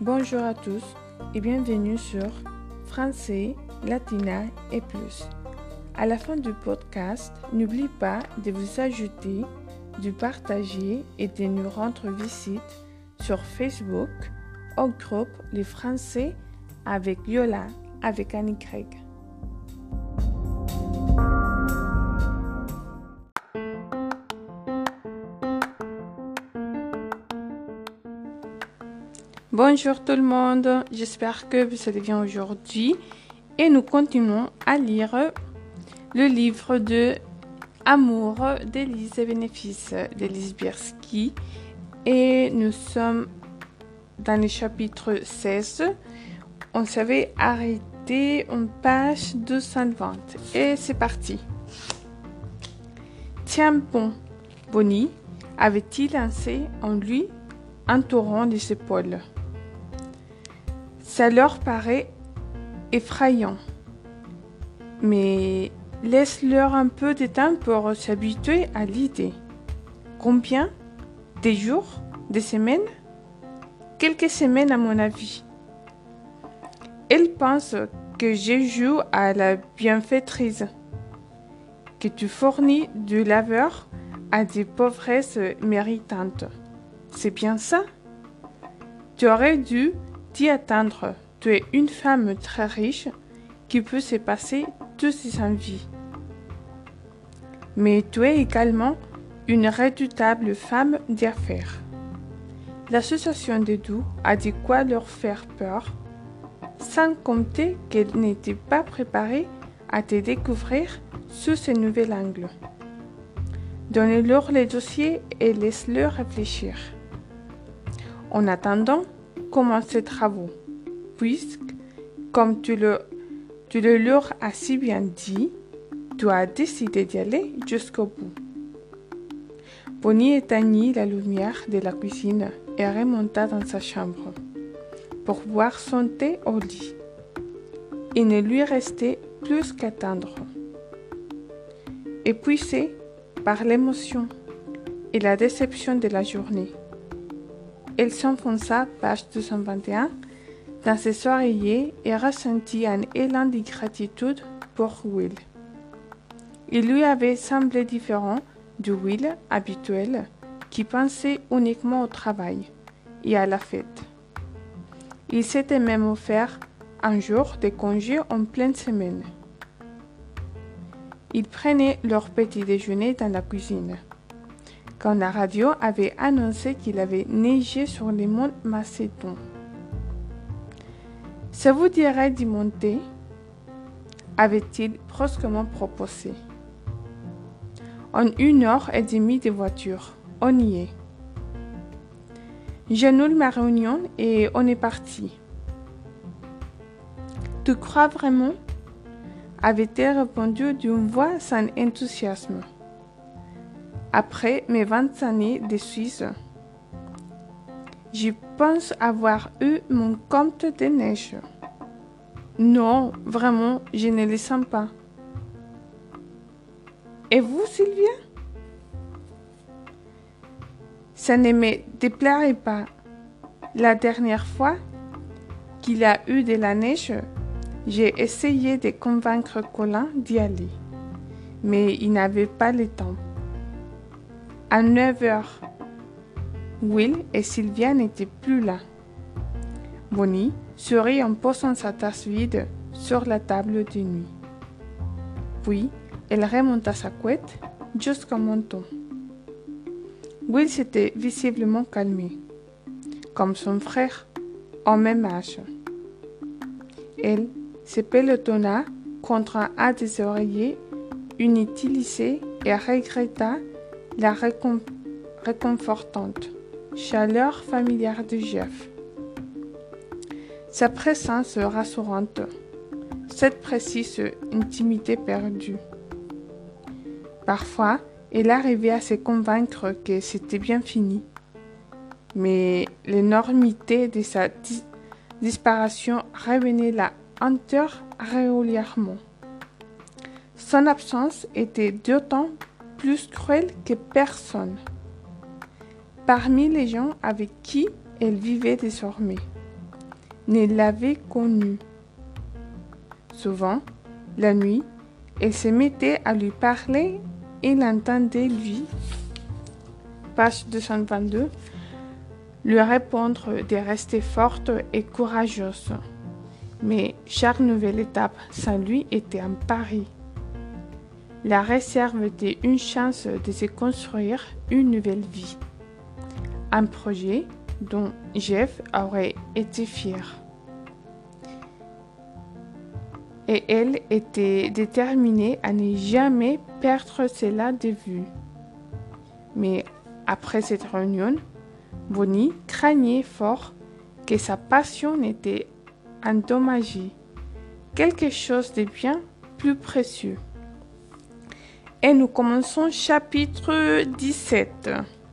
Bonjour à tous et bienvenue sur Français, Latina et plus. À la fin du podcast, n'oublie pas de vous ajouter, de partager et de nous rendre visite sur Facebook au groupe Les Français avec Yola avec un Y. Bonjour tout le monde, j'espère que vous allez bien aujourd'hui et nous continuons à lire le livre de Amour d'Élise et Bénéfice d'Élise Birsky et nous sommes dans le chapitre 16. On s'avait arrêté en page 220 et c'est parti. Tiens bon, Bonnie, avait-il lancé en lui un torrent des épaules. Ça leur paraît effrayant, mais laisse-leur un peu de temps pour s'habituer à l'idée. Combien? Des jours? Des semaines? Quelques semaines à mon avis. Elle pense que je joue à la bienfaitrice, que tu fournis du laveur à des pauvresses méritantes. C'est bien ça? Tu aurais dû t'y attendre. Tu es une femme très riche qui peut se passer toutes ses envies. Mais tu es également une redoutable femme d'affaires. L'association des deux a de quoi leur faire peur, sans compter qu'elle n'était pas préparée à te découvrir sous ce nouvel angle. Donnez-leur les dossiers et laisse-leur réfléchir. En attendant, commence tes travaux, puisque, comme tu le leur as si bien dit, tu as décidé d'y aller jusqu'au bout. Bonnie éteignit la lumière de la cuisine et remonta dans sa chambre pour boire son thé au lit. Il ne lui restait plus qu'attendre. Épuisé par l'émotion et la déception de la journée, elle s'enfonça, page 221, dans ses oreillers et ressentit un élan de gratitude pour Will. Il lui avait semblé différent du Will habituel qui pensait uniquement au travail et à la fête. Il s'était même offert un jour de congé en pleine semaine. Ils prenaient leur petit déjeuner dans la cuisine, quand la radio avait annoncé qu'il avait neigé sur les monts Macédons. « Ça vous dirait d'y monter ?» avait-il brusquement proposé. En 1h30 de voiture, on y est. J'annule ma réunion et on est parti. « Tu crois vraiment ?» avait-elle répondu d'une voix sans enthousiasme. Après mes 20 années de Suisse, je pense avoir eu mon compte de neige. Non, vraiment, je ne le sens pas. Et vous, Sylvia? Ça ne me déplairait pas. La dernière fois qu'il a eu de la neige, j'ai essayé de convaincre Colin d'y aller, mais il n'avait pas le temps. À 9h, Will et Sylvia n'étaient plus là. Bonnie sourit en posant sa tasse vide sur la table de nuit. Puis, elle remonta sa couette jusqu'au menton. Will s'était visiblement calmé, comme son frère, au même âge. Elle se pelotonna contre un des oreillers inutilisés et regretta la réconfortante chaleur familière de Jeff. Sa présence rassurante, cette précise intimité perdue. Parfois, elle arrivait à se convaincre que c'était bien fini, mais l'énormité de sa disparition revenait la hanteur régulièrement. Son absence était d'autant plus cruelle que personne parmi les gens avec qui elle vivait désormais. ne l'avait connu. Souvent, la nuit, elle se mettait à lui parler et l'entendait lui, page 222, lui répondre de rester forte et courageuse. Mais chaque nouvelle étape sans lui était un pari. La réserve était une chance de se construire une nouvelle vie. Un projet dont Jeff aurait été fier. Et elle était déterminée à ne jamais perdre cela de vue. Mais après cette réunion, Bonnie craignait fort que sa passion était endommagée, quelque chose de bien plus précieux. Et nous commençons chapitre 17.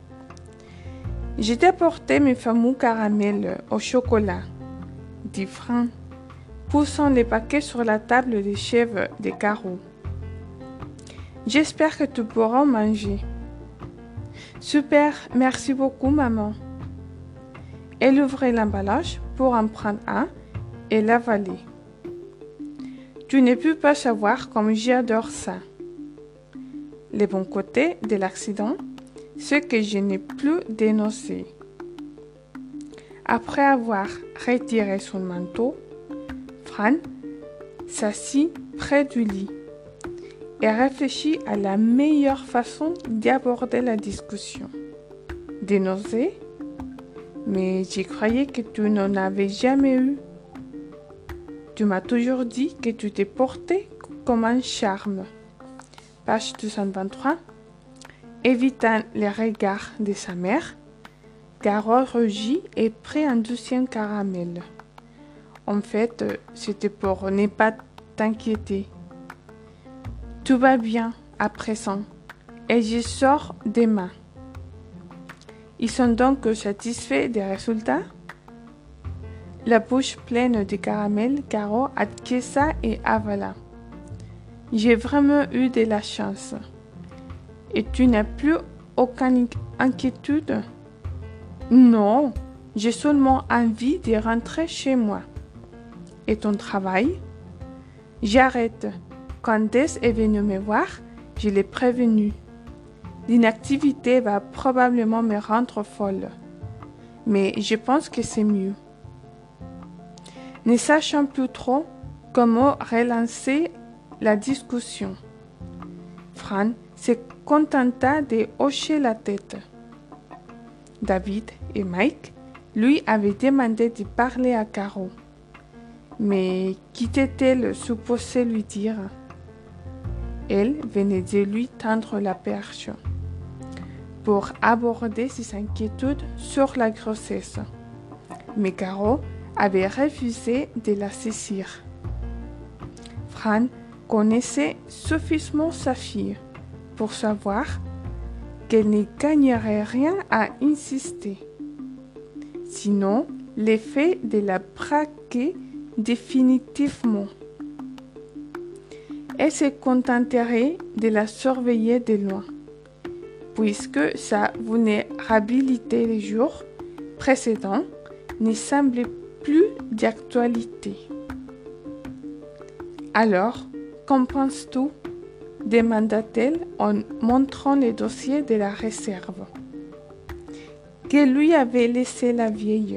J'ai apporté mes fameux caramels au chocolat, dit Frank, poussant les paquets sur la table des chèvres de Caro. J'espère que tu pourras manger. Super, merci beaucoup, maman. Elle ouvrait l'emballage pour en prendre un et l'avaler. Tu ne peux pas savoir comme j'adore ça. Le bon côté de l'accident, c'est que je n'ai plus dénoncé. Après avoir retiré son manteau, Fran s'assit près du lit et réfléchit à la meilleure façon d'aborder la discussion. Dénoncer? Mais j'y croyais que tu n'en avais jamais eu. Tu m'as toujours dit que tu t'es porté comme un charme. Page 223. Évitant les regards de sa mère, Caro rougit et prit un deuxième caramel. En fait, c'était pour ne pas t'inquiéter. Tout va bien à présent et je sors demain. Ils sont donc satisfaits des résultats? La bouche pleine de caramel, Caro acquiesça et avala. J'ai vraiment eu de la chance. Et tu n'as plus aucune inquiétude? Non, j'ai seulement envie de rentrer chez moi. Et ton travail? J'arrête. Quand Des est venu me voir, je l'ai prévenu. L'inactivité va probablement me rendre folle. Mais je pense que c'est mieux. Ne sachant plus trop comment relancer la discussion, Fran se contenta de hocher la tête. David et Mike lui avaient demandé de parler à Caro. Mais qu'était-elle supposée lui dire? Elle venait de lui tendre la perche pour aborder ses inquiétudes sur la grossesse. Mais Caro avait refusé de la saisir. Fran connaissait suffisamment sa fille pour savoir qu'elle ne gagnerait rien à insister. Sinon, l'effet de la braquer définitivement. Elle se contenterait de la surveiller de loin, puisque sa vulnérabilité les jours précédents ne semblait plus d'actualité. Alors, qu'en penses-tu? Demanda-t-elle en montrant les dossiers de la réserve que lui avait laissé la vieille.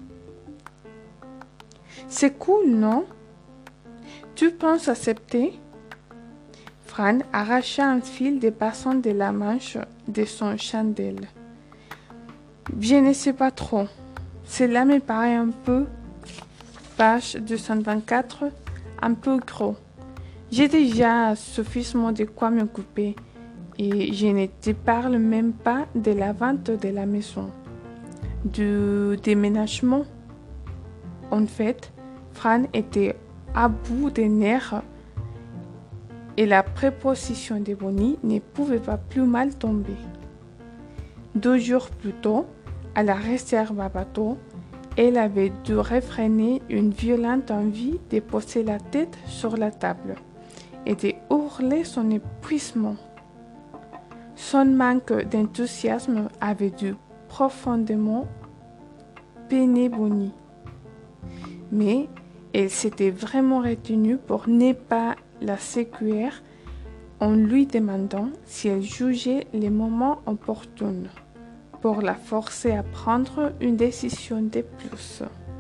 C'est cool, non? Tu penses accepter? Fran arracha un fil dépassant de la manche de son chandelle. Je ne sais pas trop. Cela me paraît un peu, page 224, un peu gros. J'ai déjà suffisamment de quoi m'occuper et je ne te parle même pas de la vente de la maison, du déménagement. En fait, Fran était à bout de nerfs et la préposition de Bonnie ne pouvait pas plus mal tomber. 2 jours plus tôt, à la réserve à bateau, elle avait dû réfréner une violente envie de poser la tête sur la table et de hurler son épuisement. Son manque d'enthousiasme avait dû profondément peiner Bonnie. mais elle s'était vraiment retenue pour ne pas la séduire en lui demandant si elle jugeait les moments opportuns pour la forcer à prendre une décision de plus.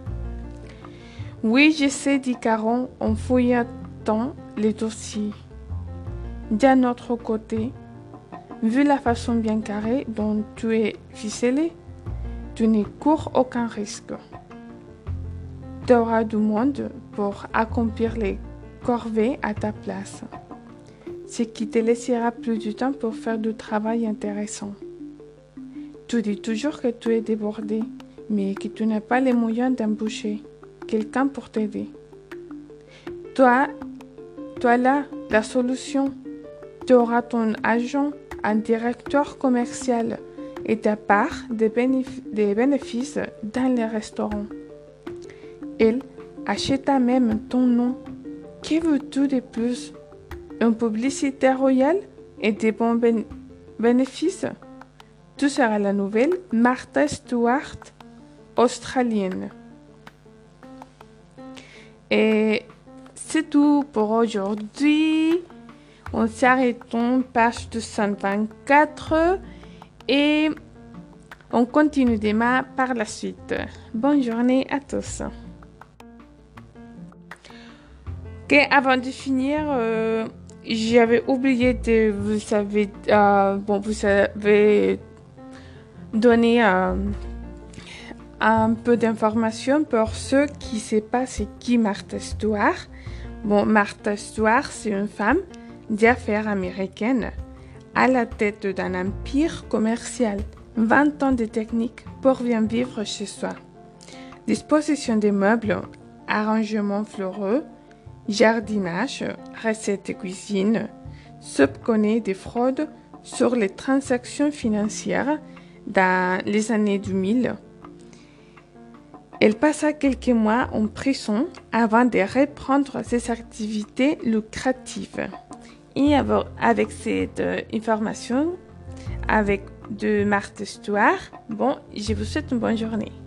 Oui, je sais, dit Caron en fouillant les dossiers. D'un autre côté, vu la façon bien carrée dont tu es ficelé, tu ne cours aucun risque. Tu auras du monde pour accomplir les corvées à ta place, ce qui te laissera plus de temps pour faire du travail intéressant. Tu dis toujours que tu es débordé, mais que tu n'as pas les moyens d'embaucher quelqu'un pour t'aider. Toi là, la solution. Tu auras ton agent, un directeur commercial et ta part des bénéfices dans les restaurants. Elle acheta même ton nom. Que veux-tu de plus? Une publicité royale et des bons bénéfices? Tu seras la nouvelle Martha Stewart australienne. Et c'est tout pour aujourd'hui. On s'arrête page 224 et on continue demain par la suite. Bonne journée à tous. Ok, avant de finir, j'avais oublié de vous avez donné un peu d'informations pour ceux qui ne savent pas c'est qui Martha Stewart. Bon, Martha Stewart, c'est une femme d'affaires américaine à la tête d'un empire commercial, 20 ans de technique pour bien vivre chez soi. Disposition des meubles, arrangements floraux, jardinage, recettes de cuisine, soupçonnée de fraude sur les transactions financières dans les années 2000. Elle passa quelques mois en prison avant de reprendre ses activités lucratives. Et avec cette information, avec de Martha Stewart, je vous souhaite une bonne journée.